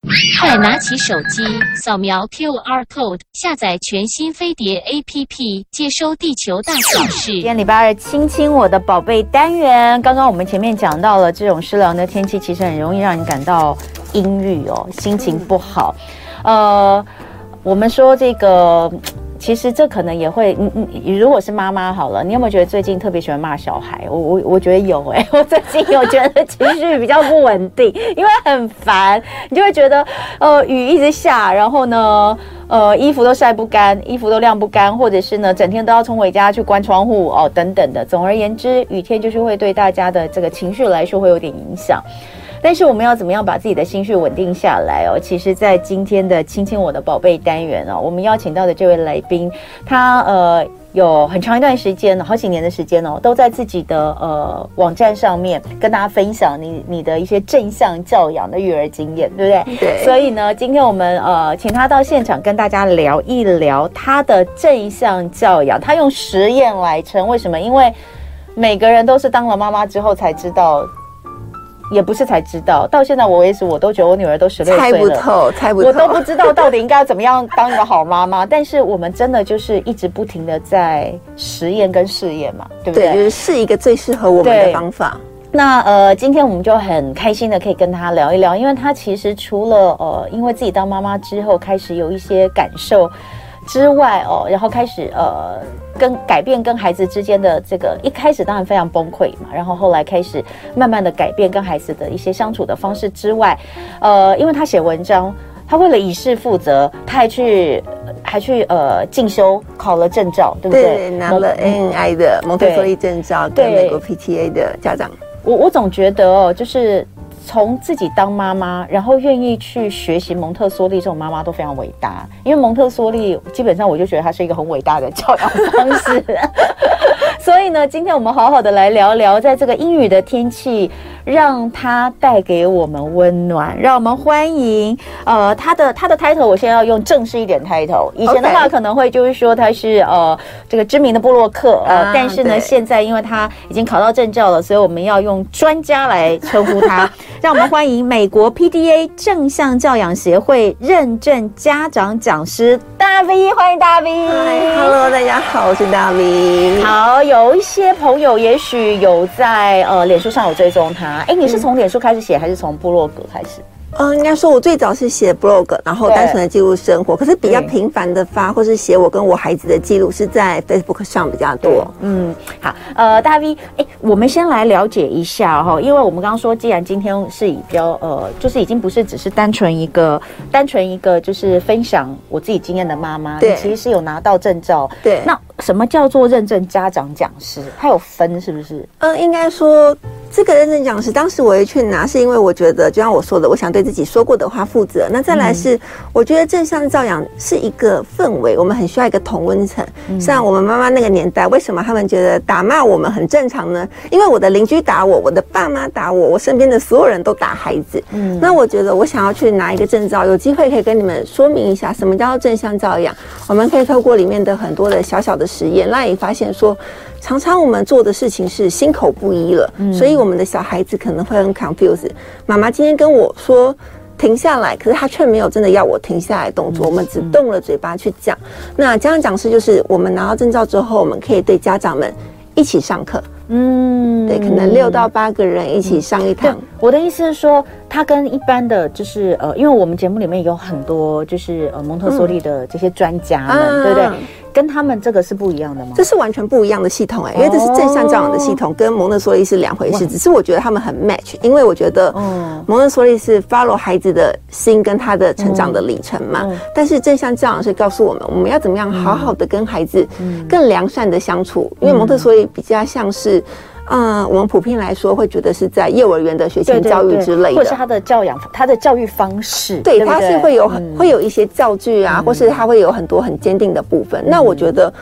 快拿起手机，扫描 QR code， 下载全新飞碟 APP， 接收地球大小事。 今天礼拜二，亲亲我的宝贝单元。刚刚我们前面讲到了，这种湿凉的天气其实很容易让你感到阴郁哦，心情不好。我们说这个。其实这可能也会，你如果是妈妈好了，你有没有觉得最近特别喜欢骂小孩？我觉得有我最近有觉得情绪比较不稳定，因为很烦，你就会觉得雨一直下，然后呢衣服都晒不干，衣服都晾不干，或者是呢整天都要冲回家去关窗户等等的。总而言之，雨天就是会对大家的这个情绪来说会有点影响。但是我们要怎么样把自己的心绪稳定下来其实在今天的亲亲我的宝贝单元我们邀请到的这位来宾，他有很长一段时间好几年的时间都在自己的网站上面跟大家分享你的一些正向教养的育儿经验，对不对？对。所以呢，今天我们请他到现场跟大家聊一聊他的正向教养。他用实验来称，为什么？因为每个人都是当了妈妈之后才知道。也不是才知道，到现在我为止，我都觉得我女儿都16岁了， 猜不透， 我都不知道到底应该怎么样当一个好妈妈。但是我们真的就是一直不停的在实验跟试验嘛，对不对？ 对，就是试一个最适合我们的方法。 那今天我们就很开心的可以跟他聊一聊，因为他其实除了因为自己当妈妈之后开始有一些感受之外然后开始改变跟孩子之间的这个，一开始当然非常崩溃嘛，然后后来开始慢慢的改变跟孩子的一些相处的方式之外，因为他写文章，他为了以事负责，他还去进修，考了证照，对不对？ 对，拿了 ANI 的蒙特梭利证照，跟美国 PTA 的家长。 我总觉得就是从自己当妈妈，然后愿意去学习蒙特梭利，这种妈妈都非常伟大。因为蒙特梭利基本上我就觉得它是一个很伟大的教养方式。所以呢，今天我们好好的来聊聊，在这个阴雨的天气，让它带给我们温暖。让我们欢迎他的 title， 我现在要用正式一点 title。以前的话可能会就是说他是这个知名的部落客但是呢，现在因为他已经考到证照了，所以我们要用专家来称呼他。让我们欢迎美国 PTA 正向教养协会认证家长讲师大 V， 欢迎大 V。Hello， 大家好，我是大 V。 好，有一些朋友也许有在脸书上有追踪他，你是从脸书开始写，还是从部落格开始？ 应该说我最早是写 blog， 然后单纯的记录生活，可是比较频繁的发或是写我跟我孩子的记录是在 Facebook 上比较多。 好，大 V， 我们先来了解一下因为我们刚刚说，既然今天是以比较就是已经不是只是单纯一个就是分享我自己经验的妈妈，你其实是有拿到证照。对，那什么叫做认证家长讲师？它有分是不是？ 应该说这个认证讲师，当时我也去拿，是因为我觉得就像我说的，我想对自己说过的话负责。那再来是，我觉得正向教养是一个氛围，我们很需要一个同温层。像我们妈妈那个年代，为什么他们觉得打骂我们很正常呢？因为我的邻居打我，我的爸妈打我，我身边的所有人都打孩子。那我觉得我想要去拿一个证照，有机会可以跟你们说明一下什么叫做正向教养。我们可以透过里面的很多的小小的实验，让你发现说，常常我们做的事情是心口不一了，所以我们的小孩子可能会很 confused。妈妈今天跟我说停下来，可是他却没有真的要我停下来动作，我们只动了嘴巴去讲。那家长讲师就是我们拿到证照之后，我们可以对家长们一起上课。对，可能6到8个人一起上一堂。 我的意思是说，它跟一般的就是因为我们节目里面有很多就是蒙特梭利的这些专家们，对不对？跟他们这个是不一样的吗？ 这是完全不一样的系统因为这是正向教养的系统，跟蒙特梭利是两回事。只是我觉得他们很 match， 因为我觉得蒙特梭利是 follow 孩子的心跟他的成长的里程嘛，但是正向教养是告诉我们要怎么样好好的跟孩子更良善的相处，因为蒙特梭利比较像是我们普遍来说会觉得是在幼儿园的学前教育之类的， 或者是他的教育方式， 对，他是会有一些教具啊，或是他会有很多很坚定的部分。那我觉得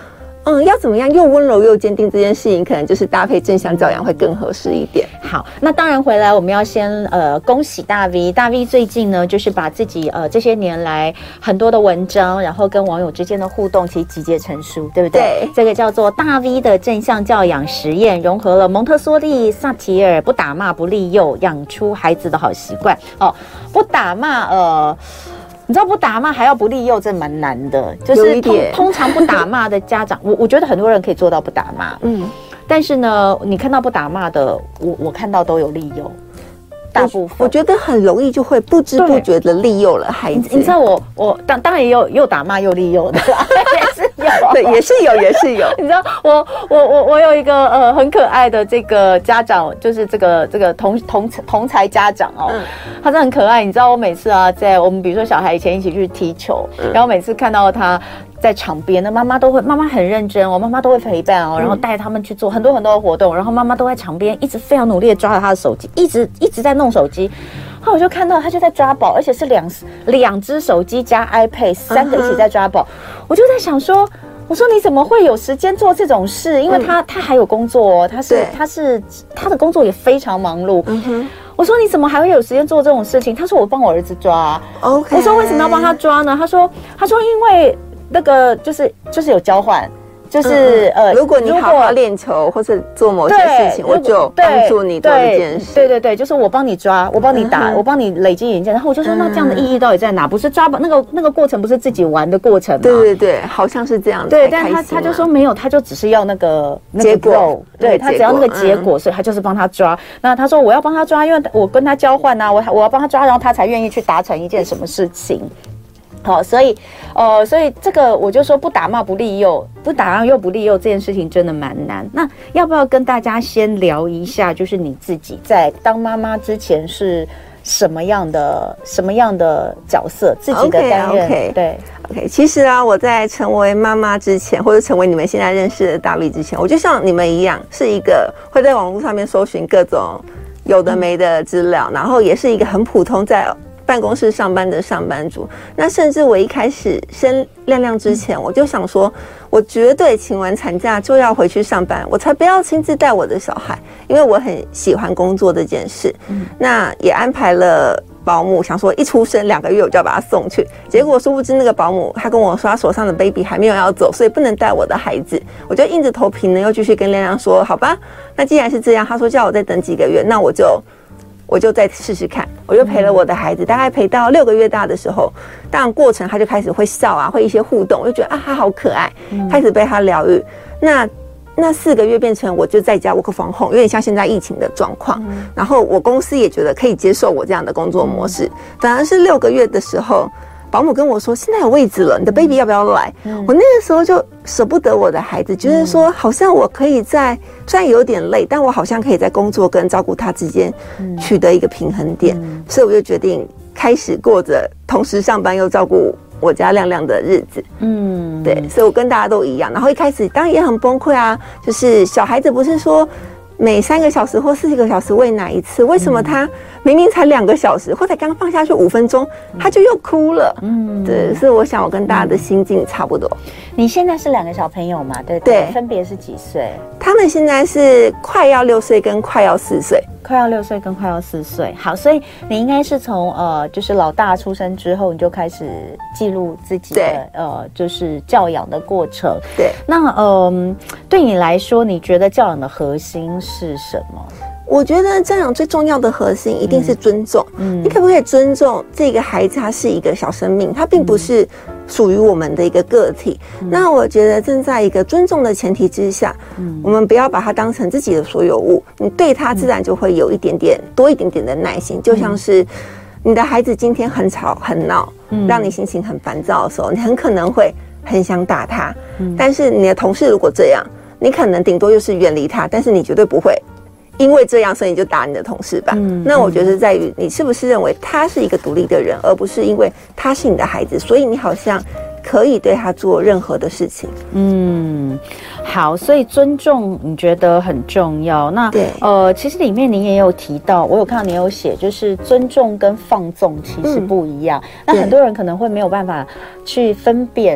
要怎么样又温柔又坚定这件事情，可能就是搭配正向教养会更合适一点。 好，那当然回来我们要先恭喜大 V， 大 V 最近呢就是把自己这些年来很多的文章，然后跟网友之间的互动，其实集结成书，对不对？ 对， 这个叫做大 V 的正向教养实验，融合了蒙特梭利、萨提尔，不打骂不利诱，养出孩子的好习惯。哦，不打骂，你知道不打骂还要不利诱，这蛮难的。就是通常不打骂的家长，我觉得很多人可以做到不打骂，但是呢，你看到不打骂的，我看到都有利诱。大部分我觉得很容易就会不知不觉的利诱了孩子。 你知道我当然也有又打骂又利诱的，也是有， 对，也是有。 你知道我有一个很可爱的这个家长，就是这个同才家长哦，他真的很可爱。你知道我每次啊，在我们比如说小孩以前一起去踢球，然后每次看到他在场边，那妈妈很认真哦，妈妈都会陪伴哦，然后带他们去做很多的活动，然后妈妈都在场边一直非常努力的抓着他的手机，一直在弄手机。后来我就看到他就在抓宝，而且是两只手机加 iPad 3个一起在抓宝。我就在想说，我说你怎么会有时间做这种事？因为他还有工作哦，他的工作也非常忙碌。我说你怎么还会有时间做这种事情？他说我帮我儿子抓。OK， 我说为什么要帮他抓呢？他说因为那个就是有交换，就是如果你好好练球或者做某些事情，我就帮助你做这件事。对， 就是我帮你抓，我帮你打，我帮你累积眼界。然后我就说，那这样的意义到底在哪？不是抓那个过程，不是自己玩的过程吗？ 对，好像是这样。 对，但他就说没有，他就只是要那个结果， 对他只要那个结果，所以他就是帮他抓。那他说我要帮他抓，因为我跟他交换啊，我要帮他抓，然后他才愿意去达成一件什么事情。好，所以这个我就说不打骂不利诱，不打骂又不利诱这件事情真的蛮难。那要不要跟大家先聊一下，就是你自己在当妈妈之前是什么样的角色，自己的担任？对。 OK， 其实啊，我在成为妈妈之前，或者成为你们现在认识的大 V 之前，我就像你们一样，是一个会在网络上面搜寻各种有的没的资料，然后也是一个很普通在办公室上班的上班族。那甚至我一开始生亮亮之前，我就想说，我绝对请完产假就要回去上班，我才不要亲自带我的小孩，因为我很喜欢工作这件事。那也安排了保姆，想说一出生2个月我就要把他送去，结果殊不知那个保姆他跟我说他手上的 baby 还没有要走，所以不能带我的孩子。我就硬着头皮呢又继续跟亮亮说，好吧，那既然是这样，他说叫我再等几个月，那我就再试试看。我就陪了我的孩子，大概陪到6个月大的时候，当然过程他就开始会笑啊，会一些互动，我就觉得啊他好可爱，开始被他疗愈。那4个月变成我就在家 work from home， 有点像现在疫情的状况。然后我公司也觉得可以接受我这样的工作模式。反而是6个月的时候，保姆跟我说现在有位置了，你的 baby 要不要来？我那个时候就舍不得我的孩子，觉得说好像我可以在虽然有点累，但我好像可以在工作跟照顾他之间取得一个平衡点。所以我就决定开始过着同时上班又照顾我家亮亮的日子。对，所以我跟大家都一样。然后一开始当然也很崩溃啊，就是小孩子不是说每3个小时或40个小时喂奶一次，为什么他明明才2个小时，或者刚放下去5分钟，他就又哭了？对，所以我想我跟大家的心境差不多。 你现在是2个小朋友嘛？对不对？分别是几岁？ 他们现在是快要6岁跟快要4岁。 快要6岁跟快要4岁。好，所以你应该是从就是老大出生之后，你就开始记录自己的就是教养的过程。 对。 那对你来说，你觉得教养的核心是什么？ 我觉得教养最重要的核心一定是尊重。你可不可以尊重这个孩子？他是一个小生命，他并不是属于我们的一个个体。那我觉得正在一个尊重的前提之下，我们不要把他当成自己的所有物，你对他自然就会有多一点点的耐心。就像是你的孩子今天很吵很闹，让你心情很烦躁的时候，你很可能会很想打他。但是你的同事如果这样，你可能顶多就是远离他，但是你绝对不会因为这样所以你就打你的同事吧。那我觉得在于你是不是认为他是一个独立的人，而不是因为他是你的孩子，所以你好像可以对他做任何的事情。 好，所以尊重你觉得很重要。那对， 其实里面你也有提到，我有看到你有写，就是尊重跟放纵其实不一样。那很多人可能会没有办法去分辨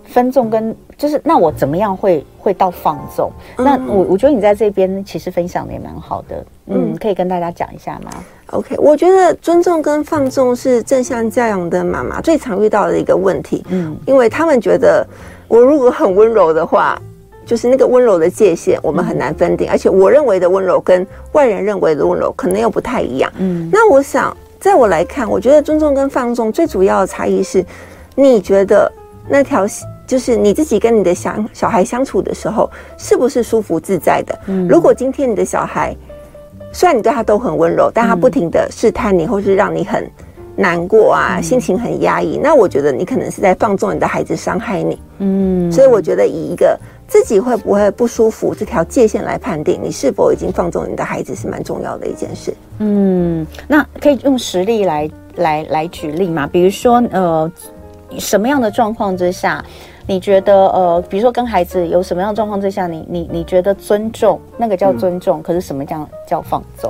分众跟就是那我怎么样会到放纵？那我觉得你在这边其实分享的也蛮好的，可以跟大家讲一下吗？ OK， 我觉得尊重跟放纵是正向教养的妈妈最常遇到的一个问题。因为他们觉得我如果很温柔的话，就是那个温柔的界限我们很难分定，而且我认为的温柔跟外人认为的温柔可能又不太一样。那我想在我来看，我觉得尊重跟放纵最主要的差异是，你觉得那条就是你自己跟你的小孩相处的时候是不是舒服自在的？如果今天你的小孩虽然你对他都很温柔，但他不停的试探你，或是让你很难过啊，心情很压抑，那我觉得你可能是在放纵你的孩子，伤害你。所以我觉得以一个自己会不会不舒服这条界限来判定你是否已经放纵你的孩子是蛮重要的一件事。 那可以用实例来举例嘛？比如说什么样的状况之下？你觉得比如说跟孩子有什么样的状况之下，你觉得尊重那个叫尊重，可是什么叫放纵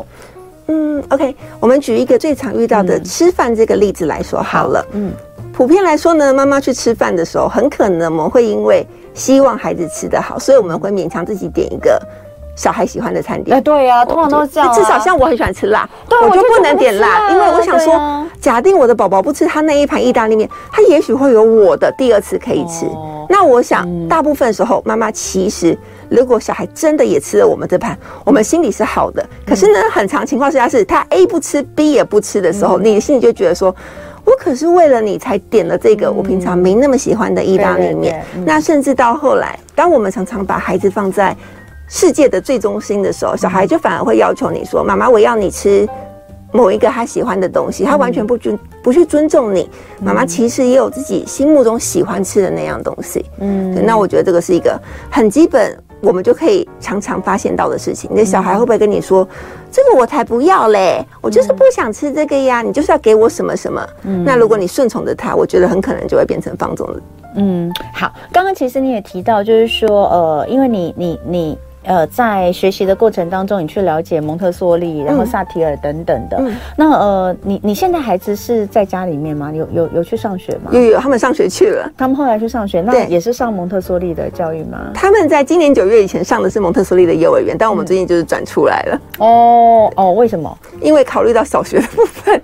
？OK， 我们举一个最常遇到的吃饭这个例子来说好了。普遍来说呢，妈妈去吃饭的时候，很可能我们会因为希望孩子吃得好，所以我们会勉强自己点一个小孩喜欢的餐点。 对啊，通常都是这样。 至少像我很喜欢吃辣， 我就不能点辣，因为我想说，假定我的宝宝不吃他那一盘意大利面，他也许会有我的第二次可以吃。那我想，大部分时候妈妈其实，如果小孩真的也吃了我们这盘，我们心里是好的。可是呢，很常情况下是他 A 不吃 B 也不吃的时候，你的心里就觉得说，我可是为了你才点了这个我平常没那么喜欢的意大利面。那甚至到后来，当我们常常把孩子放在世界的最中心的时候，小孩就反而会要求你说，妈妈我要你吃某一个他喜欢的东西，他完全不去尊重你。妈妈其实也有自己心目中喜欢吃的那样东西。那我觉得这个是一个很基本，我们就可以常常发现到的事情。你的小孩会不会跟你说，这个我才不要嘞，我就是不想吃这个呀，你就是要给我什么什么。那如果你顺从着他，我觉得很可能就会变成放纵了。 好，刚刚其实你也提到，就是说因为你在学习的过程当中，你去了解蒙特梭利，然后萨提尔等等的。那你现在孩子是在家里面吗？有去上学吗？ 有，他们上学去了。 他们后来去上学，那也是上蒙特梭利的教育吗？ 他们在今年9月以前上的是蒙特梭利的幼儿园，但我们最近就是转出来了。 为什么？ 因为考虑到小学的部分。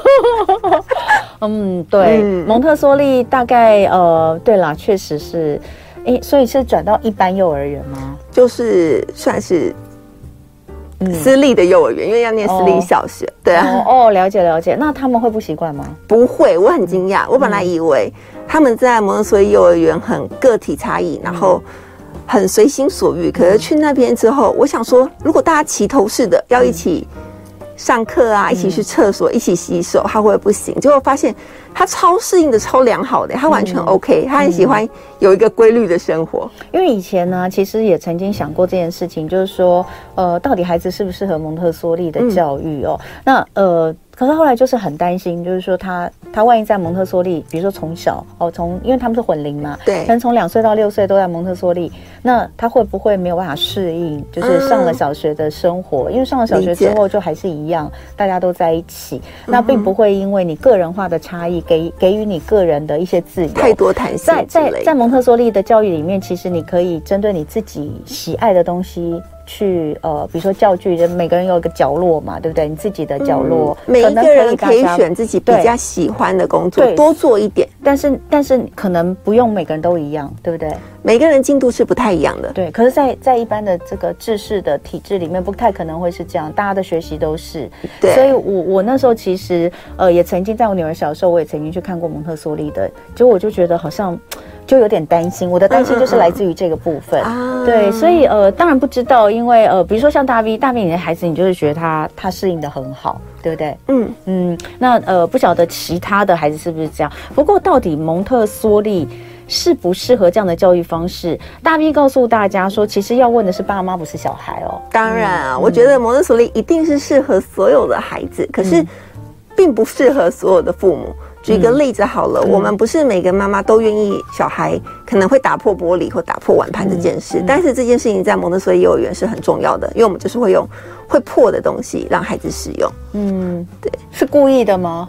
对，蒙特梭利大概对啦，确实是。所以是转到一般幼儿园吗？就是算是私立的幼儿园，因为要念私立小学。对啊。 了解。那他们会不习惯吗？ 不会，我很惊讶。我本来以为他们在蒙特梭利幼儿园很个体差异，然后很随心所欲。可是去那边之后，我想说，如果大家齐头式的要一起上课啊，一起去厕所，一起洗手，他会不会不行？结果发现他超适应的超良好的，他完全 OK，他很喜欢有一个规律的生活。 因为以前呢，其实也曾经想过这件事情，就是说，到底孩子适不适合蒙特梭利的教育哦？那可是后来就是很担心，就是说他万一在蒙特梭利，比如说从小因为他们是混龄嘛， 对， 可能从2岁到6岁都在蒙特梭利，那他会不会没有办法适应？就是上了小学的生活，因为上了小学之后就还是一样，大家都在一起，那并不会因为你个人化的差异给予你个人的一些自由， 太多弹性。 在蒙特梭利的教育里面，其实你可以针对你自己喜爱的东西。去比如说教具，每个人有一个角落嘛，对不对？你自己的角落， 每一个人可以选自己比较喜欢的工作，多做一点。 但是可能不用每个人都一样，对不对？ 每个人进度是不太一样的。 对，可是在一般的这个制式的体制里面，不太可能会是这样，大家的学习都是。对，所以我那时候其实也曾经在我女儿小的时候，我也曾经去看过蒙特梭利的，结果我就觉得好像就有点担心，我的担心就是来自于这个部分。对，所以当然不知道，因为比如说像大 V 你的孩子，你就是觉得他适应的很好，对不对？那不晓得其他的孩子是不是这样。不过到底蒙特梭利适不适合这样的教育方式？大 V 告诉大家说，其实要问的是爸妈，不是小孩哦。 当然啊，我觉得蒙特梭利一定是适合所有的孩子，可是并不适合所有的父母。举一个例子好了，我们不是每个妈妈都愿意小孩可能会打破玻璃或打破碗盘这件事，但是这件事情在蒙特梭利幼儿园是很重要的，因为我们就是会用会破的东西让孩子使用。对， 是故意的吗？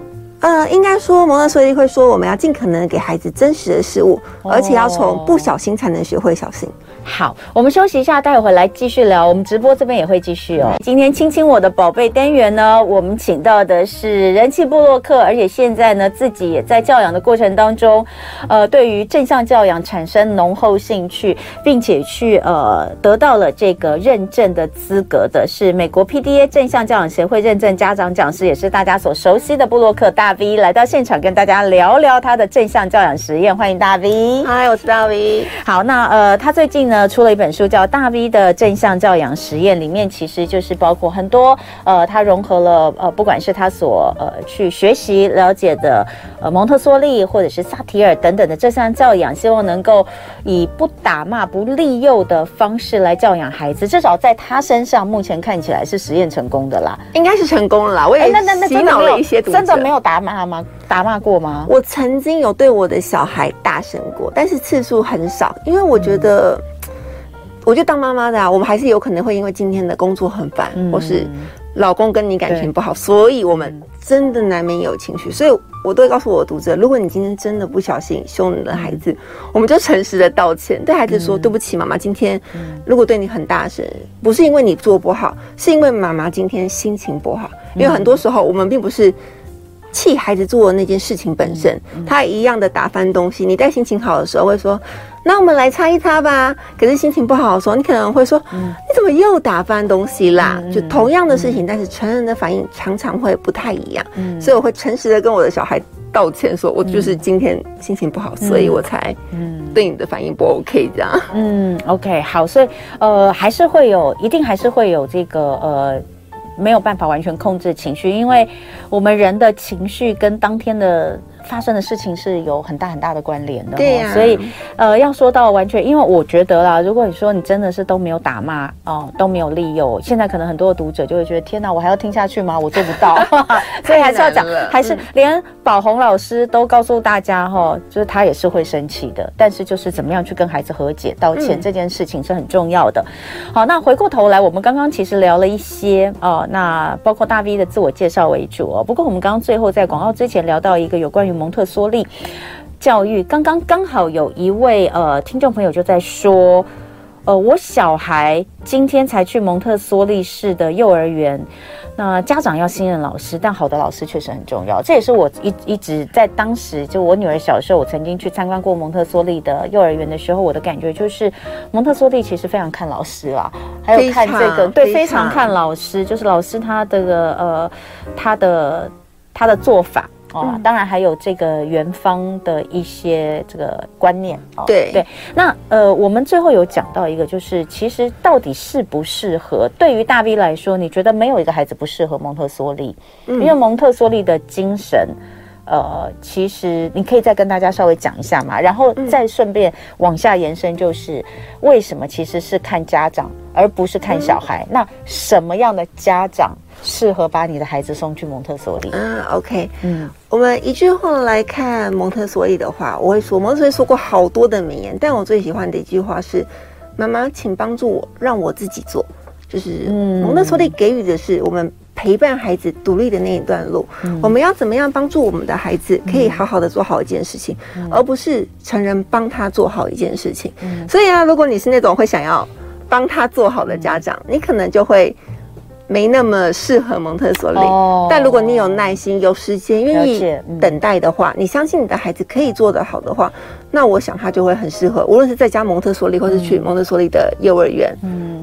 应该说蒙特梭利会说，我们要尽可能给孩子真实的事物，而且要从不小心才能学会小心。 好，我们休息一下，待会回来继续聊。我们直播这边也会继续哦。今天亲亲我的宝贝单元呢，我们请到的是人气部落客，而且现在呢自己也在教养的过程当中，对于正向教养产生浓厚兴趣，并且去得到了这个认证的资格的，是美国 PDA 正向教养协会认证家长讲师，也是大家所熟悉的部落客大 V 来到现场跟大家聊聊他的正向教养实验。欢迎大 V。 嗨，我是大 V。 好，那他最近呢出了一本书叫《大 V 的正向教养实验》，里面其实就是包括很多他融合了不管是他所去学习了解的蒙特梭利或者是萨提尔等等的正向教养，希望能够以不打骂不利诱的方式来教养孩子，至少在他身上目前看起来是实验成功的啦， 应该是成功了啦。我也洗脑了一些读者。 真的没有打骂吗？打骂过吗？ 我曾经有对我的小孩大声过，但是次数很少，因为我觉得。我就当妈妈的啊，我们还是有可能会因为今天的工作很烦，或是老公跟你感情不好，所以我们真的难免有情绪。所以我都会告诉我的读者，如果你今天真的不小心凶你的孩子，我们就诚实的道歉，对孩子说对不起，妈妈今天如果对你很大声，不是因为你做不好，是因为妈妈今天心情不好。因为很多时候我们并不是气孩子做的那件事情本身，他一样的打翻东西。你在心情好的时候会说，那我们来擦一擦吧。可是心情不好的时候，你可能会说，你怎么又打翻东西啦？就同样的事情，但是成人的反应常常会不太一样。所以我会诚实的跟我的小孩道歉，说我就是今天心情不好，所以我才对你的反应不 OK 这样。 OK 好，所以还是会有，一定还是会有这个没有办法完全控制情绪，因为我们人的情绪跟当天的发生的事情是有很大很大的关联的。 对呀， 所以要说到完全，因为我觉得啦，如果你说你真的是都没有打骂都没有利诱，现在可能很多的读者就会觉得天哪，我还要听下去吗？我做不到。所以还是要讲，还是连宝红老师都告诉大家就是他也是会生气的，但是就是怎么样去跟孩子和解道歉，这件事情是很重要的。好，那回过头来，我们刚刚其实聊了一些那包括大 V 的自我介绍为主不过我们刚刚最后在广告之前聊到一个有关于蒙特梭利教育，刚好有一位听众朋友就在说，我小孩今天才去蒙特梭利市的幼儿园，那家长要信任老师，但好的老师确实很重要。这也是我一直在当时就我女儿小时候，我曾经去参观过蒙特梭利的幼儿园的时候，我的感觉就是蒙特梭利其实非常看老师啦，还有看这个对非常看老师，就是老师他的他的做法。当然还有这个园方的一些这个观念对。 那我们最后有讲到一个，就是其实到底适不适合？对于大 V 来说，你觉得没有一个孩子不适合蒙特梭利，因为蒙特梭利的精神。其实你可以再跟大家稍微讲一下嘛，然后再顺便往下延伸，就是为什么其实是看家长而不是看小孩？那什么样的家长适合把你的孩子送去蒙特梭利 ？OK，我们一句话来看蒙特梭利的话，我会说蒙特梭利说过好多的名言，但我最喜欢的一句话是：妈妈，请帮助我，让我自己做。就是蒙特梭利给予的是我们陪伴孩子独立的那一段路，我们要怎么样帮助我们的孩子可以好好的做好一件事情，而不是成人帮他做好一件事情。所以如果你是那种会想要帮他做好的家长，你可能就会没那么适合蒙特梭利。但如果你有耐心、有时间、愿意等待的话，你相信你的孩子可以做得好的话，那我想他就会很适合，无论是在家蒙特梭利，或是去蒙特梭利的幼儿园。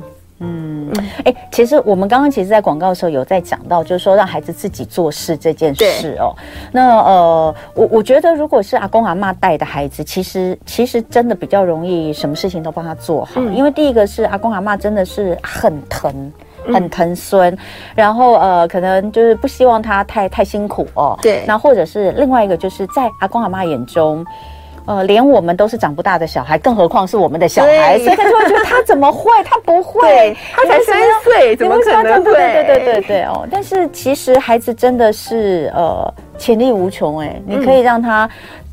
其实我们刚刚其实在广告的时候有在讲到，就是说让孩子自己做事这件事那我觉得如果是阿公阿嬷带的孩子，其实真的比较容易什么事情都帮他做好，因为第一个是阿公阿嬷真的是很疼孙，然后可能就是不希望他太辛苦对， 那或者是另外一个就是在阿公阿嬷眼中。连我们都是长不大的小孩，更何况是我们的小孩，所以他就会觉得他怎么会？他不会， 他才3岁，怎么可能会？ 对但是其实孩子真的是潜力无穷你可以让他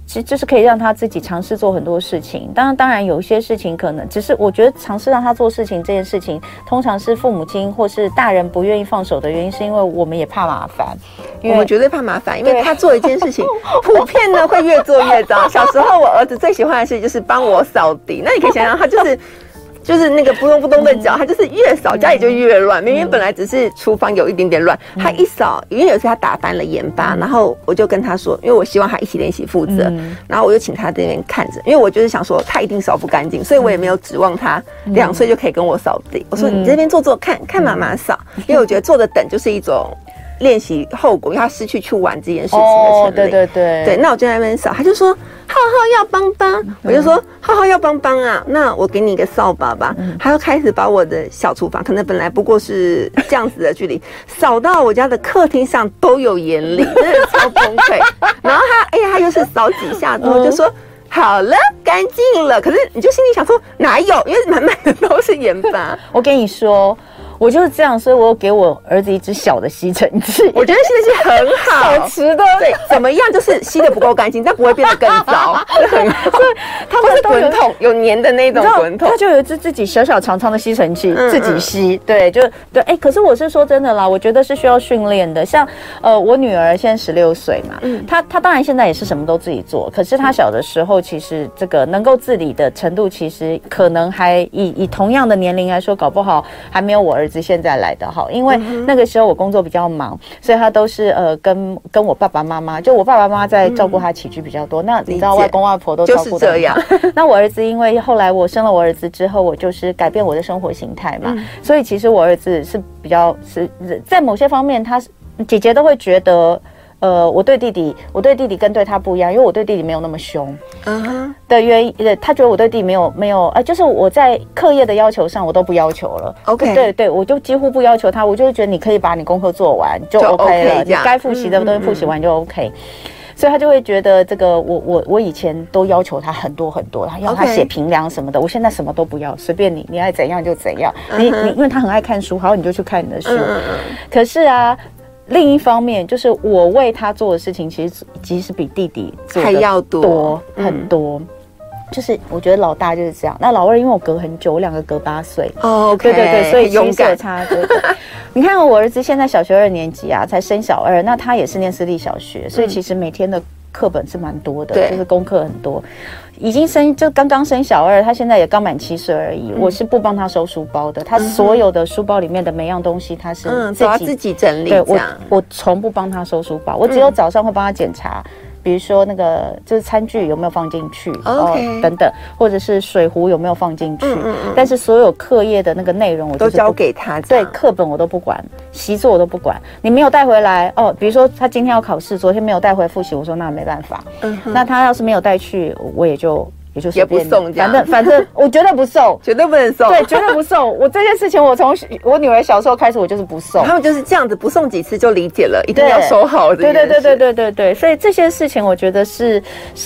其实就是可以让他自己尝试做很多事情。当然有一些事情可能只是我觉得尝试让他做事情这件事情，通常是父母亲或是大人不愿意放手的原因，是因为我们也怕麻烦。 我们绝对怕麻烦，因为他做一件事情，普遍呢会越做越糟。小时候我儿子最喜欢的事就是帮我扫地，那你可以想象他就是那个扑通扑通的脚，他就是越扫家里就越乱。明明本来只是厨房有一点点乱，他一扫，因为有一次他打翻了盐巴，然后我就跟他说，因为我希望他一起练习负责，然后我就请他在那边看着，因为我就是想说他一定扫不干净，所以我也没有指望他2岁就可以跟我扫地。我说你这边做做看妈妈扫，因为我觉得坐着等就是一种练习后果，因为他失去去玩这件事情的权利。对，那我就在那边扫，他就说浩浩要帮帮，我就说浩浩要帮帮啊，那我给你一个扫把吧。他就开始把我的小厨房，可能本来不过是这样子的距离，扫到我家的客厅上都有眼里，真的超崩溃。然后他又是扫几下之后就说好了，干净了。可是你就心里想说哪有，因为满满的都是盐巴。 我跟你说。我就是这样，所以我给我儿子一支小的吸尘器。 我觉得吸尘器很好， 手持的， 对，怎么样就是吸的不够干净，但不会变得更糟，很好。所以他们是滚筒，有粘的那种滚筒， 他就有一支自己小小长长的吸尘器，自己吸。对，就对。可是我是说真的啦，我觉得是需要训练的。像我女儿现在16岁嘛，她当然现在也是什么都自己做，可是她小的时候其实这个能够自理的程度，其实可能还以同样的年龄来说，搞不好还没有我儿子现在来的好，因为那个时候我工作比较忙，所以他都是跟我爸爸妈妈，就我爸爸妈妈在照顾他起居比较多。那你知道外公外婆都照顾得很好。就是这样。那我儿子因为后来我生了我儿子之后，我就是改变我的生活形态嘛，所以其实我儿子是比较是在某些方面，姐姐都会觉得。我对弟弟跟对他不一样，因为我对弟弟没有那么凶的原因，他觉得我对弟弟没有就是我在课业的要求上我都不要求了。OK， 对，我就几乎不要求他，我就觉得你可以把你功课做完就 OK 了，你该复习的东西复习完就 OK。所以他就会觉得这个我以前都要求他很多很多，他要他写评量什么的，我现在什么都不要，随便你爱怎样就怎样。你因为他很爱看书，好你就去看你的书。可是啊。另一方面，就是我为他做的事情，其实比弟弟做的还要多很多。就是我觉得老大就是这样，那老二因为我隔很久，我2个隔8岁。对，所以其实有差。对。你看我儿子现在小学2年级啊，才升小2，那他也是念私立小学，所以其实每天的课本是蛮多的，就是功课很多。已经刚刚升小2，他现在也刚满7岁而已。我是不帮他收书包的，他所有的书包里面的每样东西他是自己整理。 对，我从不帮他收书包，我只有早上会帮他检查。比如说那个就是餐具有没有放进去等等，或者是水壶有没有放进去，但是所有课业的那个内容我都交给他。 对，课本我都不管，习作我都不管。你没有带回来比如说他今天要考试，昨天没有带回来复习，我说那没办法。那他要是没有带去，我也就不送这样， 反正我绝对不送， 绝对不能送， 对，绝对不送。我这件事情，我从我女儿小时候开始，我就是不送。 他们就是这样子，不送几次就理解了，一定要收好这件事。对。所以这些事情，我觉得是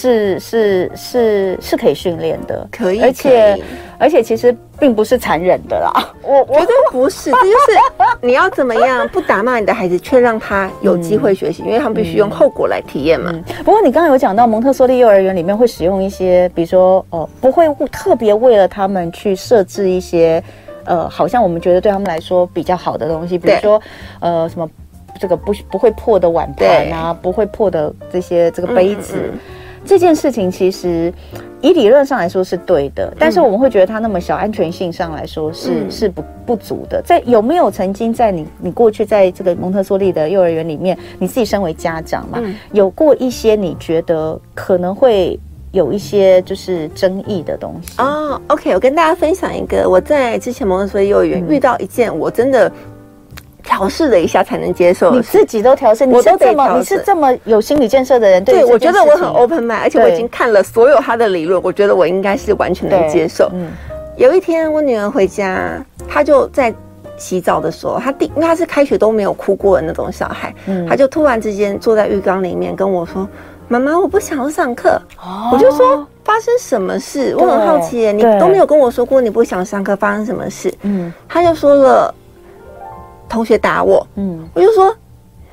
可以训练的， 可以， 而且其实并不是残忍的啦。 我觉得不是，这就是你要怎么样不打骂你的孩子，却让他有机会学习，因为他们必须用后果来体验嘛。 不过你刚刚有讲到蒙特梭利幼儿园里面会使用一些，比如说不会特别为了他们去设置一些好像我们觉得对他们来说比较好的东西，比如说什么这个不会破的碗盘啊，不会破的这个杯子。这件事情其实以理论上来说是对的，但是我们会觉得它那么小，安全性上来说是不足的。有没有曾经在你过去在这个蒙特梭利的幼儿园里面，你自己身为家长嘛，有过一些你觉得可能会有一些就是争议的东西 ？OK， 我跟大家分享一个，我在之前蒙特梭利幼儿园遇到一件我真的调试了一下才能接受的事。 你自己都调试，你是这么有心理建设的人。 对，我觉得我很 open mind， 而且我已经看了所有他的理论，我觉得我应该是完全能接受。有一天我女儿回家，她就在洗澡的时候，因为她是开学都没有哭过的那种小孩，她就突然之间坐在浴缸里面跟我说：“妈妈，我不想要上课。”我就说：“发生什么事？我很好奇耶，你都没有跟我说过你不想上课，发生什么事？”她就说了。同学打我，我就说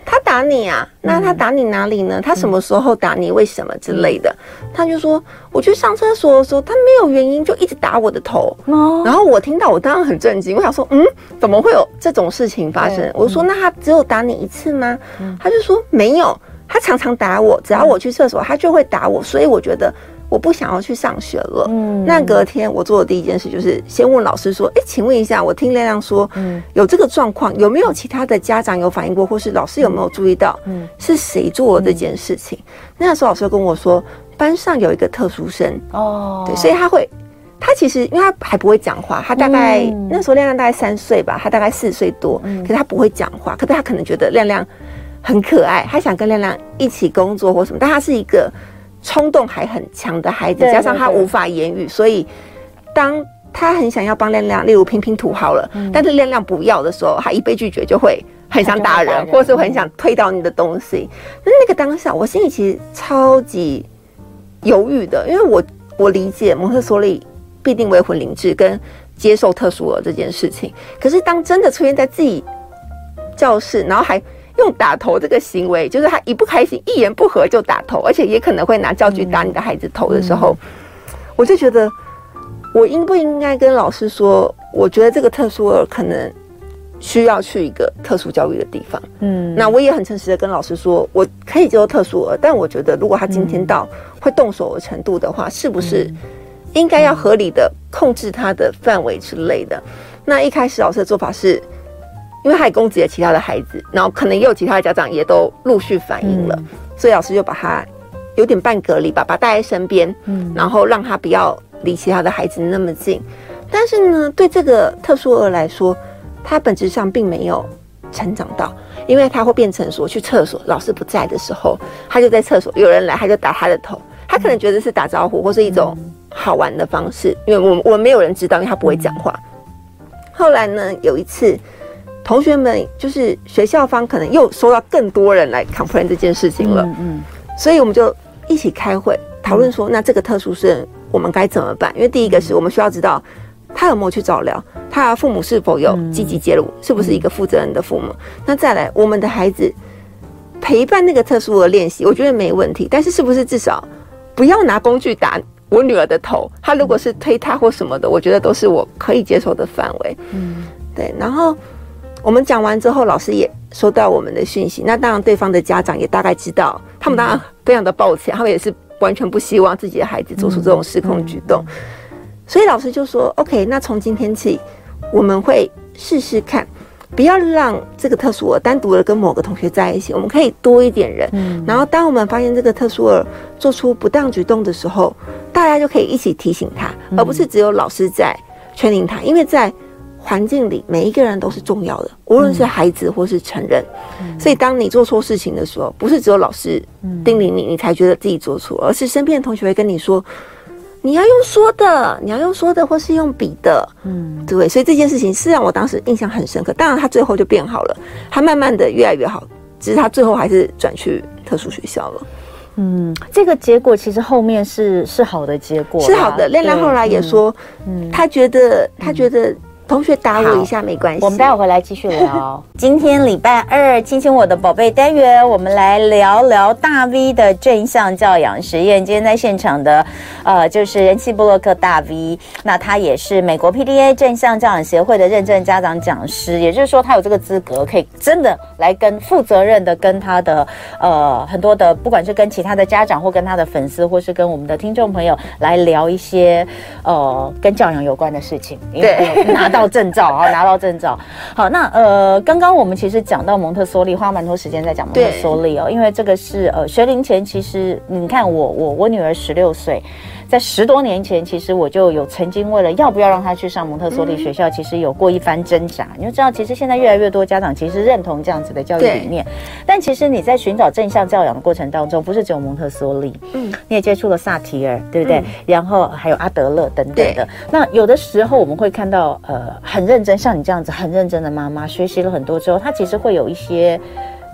他打你啊？那他打你哪里呢？他什么时候打你？为什么之类的？他就说，我去上厕所的时候，他没有原因就一直打我的头。然后我听到，我当然很震惊，我想说，怎么会有这种事情发生？我说，那他只有打你一次吗？他就说没有，他常常打我，只要我去厕所，他就会打我，所以我觉得我不想要去上学了。那隔天我做的第一件事就是先问老师说，请问一下，我听亮亮说，有这个状况，有没有其他的家长有反映过，或是老师有没有注意到，是谁做了这件事情？那时候老师跟我说，班上有一个特殊生对，所以他其实因为他还不会讲话，他大概那时候亮亮大概3岁吧，他大概4岁多，可是他不会讲话，可是他可能觉得亮亮很可爱，他想跟亮亮一起工作或什么，但他是一个冲动还很强的孩子，加上他无法言语，所以当他很想要帮亮亮，例如拼拼图好了，但是亮亮不要的时候，他一被拒绝就会很想打人，或是很想推倒你的东西。那个当下，我心里其实超级犹豫的，因为我理解蒙特梭利必定为混龄制跟接受特殊儿这件事情，可是当真的出现在自己教室，然后还用打头这个行为，就是他一不开心一言不合就打头，而且也可能会拿教具打你的孩子头的时候，我就觉得我应不应该跟老师说，我觉得这个特殊儿可能需要去一个特殊教育的地方。那我也很诚实的跟老师说，我可以接受特殊儿，但我觉得如果他今天到会动手的程度的话，是不是应该要合理的控制他的范围之类的？那一开始老师的做法是，因为他也攻击了其他的孩子，然后可能也有其他的家长也都陆续反映了，所以老师就把他有点半隔离吧，把他带在身边，然后让他不要离其他的孩子那么近。但是呢，对这个特殊儿来说，他本质上并没有成长到，因为他会变成说去厕所，老师不在的时候，他就在厕所，有人来他就打他的头，他可能觉得是打招呼或是一种好玩的方式，因为我们没有人知道，因为他不会讲话。后来呢，有一次同学们就是学校方可能又收到更多人来 complain 这件事情了，所以我们就一起开会讨论说，那这个特殊生我们该怎么办？因为第一个是我们需要知道他有没有去照料，他父母是否有积极介入，是不是一个负责任的父母。那再来，我们的孩子陪伴那个特殊儿练习，我觉得没问题，但是是不是至少不要拿工具打我女儿的头？他如果是推她或什么的，我觉得都是我可以接受的范围。对。然后我们讲完之后，老师也收到我们的讯息，那当然对方的家长也大概知道，他们当然非常的抱歉，他们也是完全不希望自己的孩子做出这种失控举动，所以老师就说 OK， 那从今天起我们会试试看，不要让这个特殊儿单独的跟某个同学在一起，我们可以多一点人，然后当我们发现这个特殊儿做出不当举动的时候，大家就可以一起提醒他，而不是只有老师在劝令他，因为在环境里每一个人都是重要的，无论是孩子或是成人，所以当你做错事情的时候，不是只有老师叮咛你，你才觉得自己做错，而是身边的同学会跟你说，你要用说的，你要用说的，或是用笔的，对，所以这件事情是让我当时印象很深刻。当然他最后就变好了，他慢慢的越来越好，只是他最后还是转去特殊学校了。 这个结果其实后面是好的结果， 是好的。亮亮后来也说，他觉得同学打我一下没关系。 我们待会回来继续聊。今天礼拜二，亲亲我的宝贝单元，我们来聊聊大 V 的正向教养实验。今天在现场的就是人气部落客大 V， 那他也是美国 PDA 正向教养协会的认证家长讲师，也就是说他有这个资格，可以真的来跟负责任的跟他的很多的，不管是跟其他的家长或跟他的粉丝，或是跟我们的听众朋友来聊一些跟教养有关的事情。 对， 拿到证照，拿到证照。好，那刚刚我们其实讲到蒙特梭利，花蛮多时间在讲蒙特梭利哦，因为这个是学龄前，其实你看我女儿16岁。在10多年前，其实我就有曾经为了要不要让她去上蒙特梭利学校，其实有过一番挣扎。你就知道，其实现在越来越多家长其实认同这样子的教育理念，但其实你在寻找正向教养的过程当中，不是只有蒙特梭利，你也接触了萨提尔，对不对？然后还有阿德勒等等的。那有的时候我们会看到，很认真，像你这样子很认真的妈妈，学习了很多之后，她其实会有一些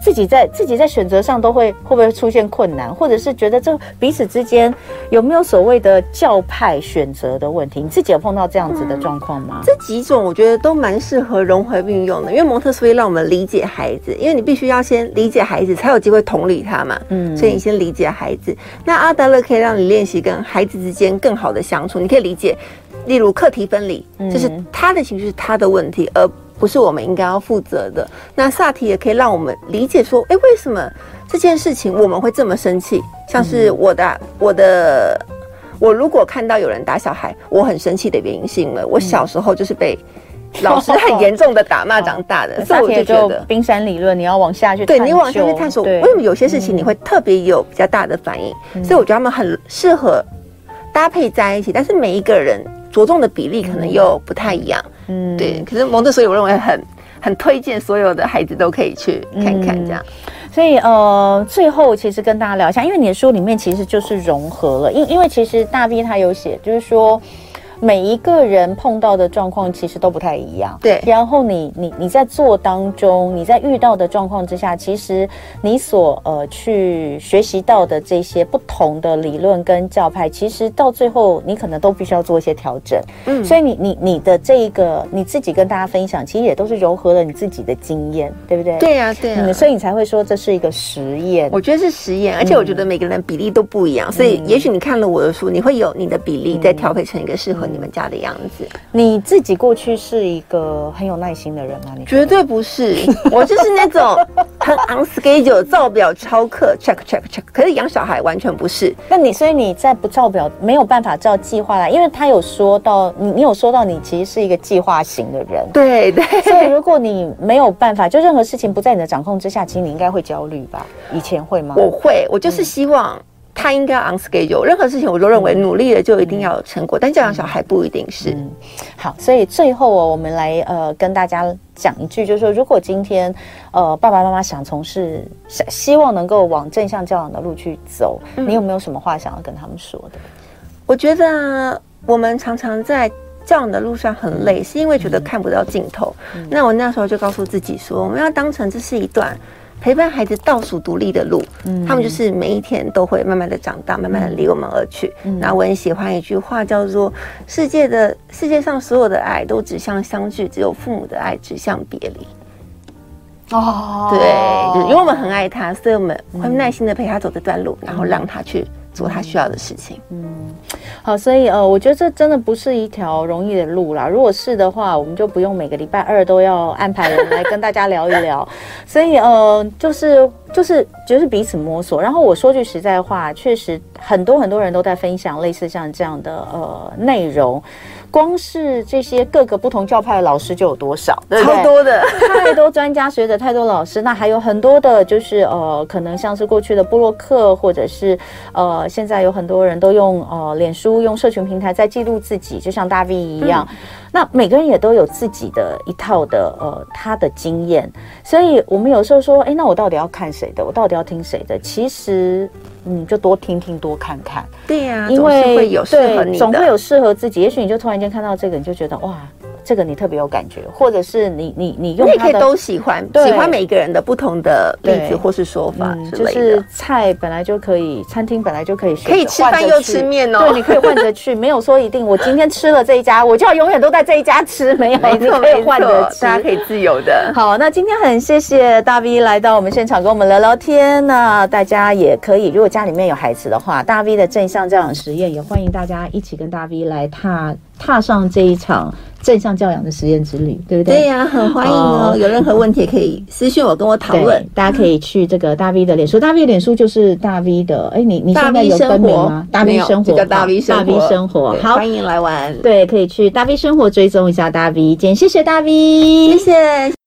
自己在选择上会不会出现困难，或者是觉得这彼此之间有没有所谓的教派选择的问题？你自己有碰到这样子的状况吗？ 这几种我觉得都蛮适合融合运用的，因为蒙特梭利让我们理解孩子，因为你必须要先理解孩子，才有机会同理他嘛。所以你先理解孩子。那阿德勒可以让你练习跟孩子之间更好的相处，你可以理解，例如课题分离，就是他的情绪是他的问题，而不是我们应该要负责的。那萨提也可以让我们理解说，为什么这件事情我们会这么生气？像是我如果看到有人打小孩，我很生气的原因是因为我小时候就是被老师很严重的打骂长大的，所以我就觉得冰山理论，你要往下去探究， 对，你往下去探索，为什么有些事情你会特别有比较大的反应？所以我觉得他们很适合搭配在一起，但是每一个人着重的比例可能又不太一样。对。可是蒙特梭利我认为很推荐所有的孩子都可以去看看这样。 所以最后其实跟大家聊一下，因为你的书里面其实就是融合了，因为其实大 V 他有写，就是说每一个人碰到的状况其实都不太一样， 对。 然后你在做当中，你在遇到的状况之下，其实你所去学习到的这些不同的理论跟教派，其实到最后你可能都必须要做一些调整。所以你的这一个你自己跟大家分享，其实也都是糅合了你自己的经验，对不对？ 对啊，对啊。 所以你才会说这是一个实验。 我觉得是实验，而且我觉得每个人比例都不一样，所以也许你看了我的书，你会有你的比例再调配成一个适合你们家的样子。 你自己过去是一个很有耐心的人吗？你绝对不是，我就是那种很 on schedule 照表超课 check。可是养小孩完全不是。 所以你在不照表没有办法照计划来，因为他有说到你有说到你其实是一个计划型的人。 对。 所以如果你没有办法，就任何事情不在你的掌控之下，其实你应该会焦虑吧？以前会吗？ 我会，我就是希望他应该 on schedule， 任何事情我都认为努力了就一定要有成果，但教养小孩不一定是。 好，所以最后我们来跟大家讲一句，就是说，如果今天爸爸妈妈想从事，希望能够往正向教养的路去走，你有没有什么话想要跟他们说的？ 我觉得我们常常在教养的路上很累，是因为觉得看不到尽头。那我那时候就告诉自己说，我们要当成这是一段陪伴孩子倒数独立的路，他们就是每一天都会慢慢的长大，慢慢的离我们而去。然后我很喜欢一句话，叫做世界上所有的爱都指向相聚，只有父母的爱指向别离。对，就是因为我们很爱他，所以我们会耐心的陪他走这段路，然后让他去做他需要的事情。 好，所以我觉得这真的不是一条容易的路啦。如果是的话，我们就不用每个礼拜二都要安排人来跟大家聊一聊。所以就是彼此摸索。然后我说句实在话，确实很多人都在分享类似像这样的内容。光是这些各个不同教派的老师就有多少，对不对？ 超多的， 太多专家学者，太多老师。那还有很多的，就是可能像是过去的部落客，或者是现在有很多人都用脸书、用社群平台在记录自己，就像大 V 一样。那每个人也都有自己的一套的他的经验，所以我们有时候说，那我到底要看谁的？我到底要听谁的？其实就多听听，多看看。 对呀， 因为总是会有适合你的， 总会有适合自己。也许你就突然间看到这个，你就觉得哇，这个你特别有感觉，或者是你用它的， 你也可以都喜欢每一个人的不同的例子或是说法之类的。 就是菜本来就可以，餐厅本来就可以， 可以吃饭又吃面哦。 对，你可以换着去，没有说一定我今天吃了这一家，我就要永远都在这一家吃，没有， 没错， 可以换着吃， 大家可以自由的。 好，那今天很谢谢大 V 来到我们现场跟我们聊聊天。那大家也可以，如果家里面有孩子的话，大 V 的正向教养实验也欢迎大家一起跟大 V 来踏上这一场正向教养的实验之旅，对不对？ 对呀，很欢迎哦。有任何问题也可以私讯我，跟我讨论。 大家可以去这个大 V 的脸书，大 V 的脸书就是大 V 的。你现在有分名吗？大 V 生活， 叫大 V 生活， 大 V 生活。好， 欢迎来玩。 对，可以去大 V 生活追踪一下大 V。今天谢谢大 V， 谢谢。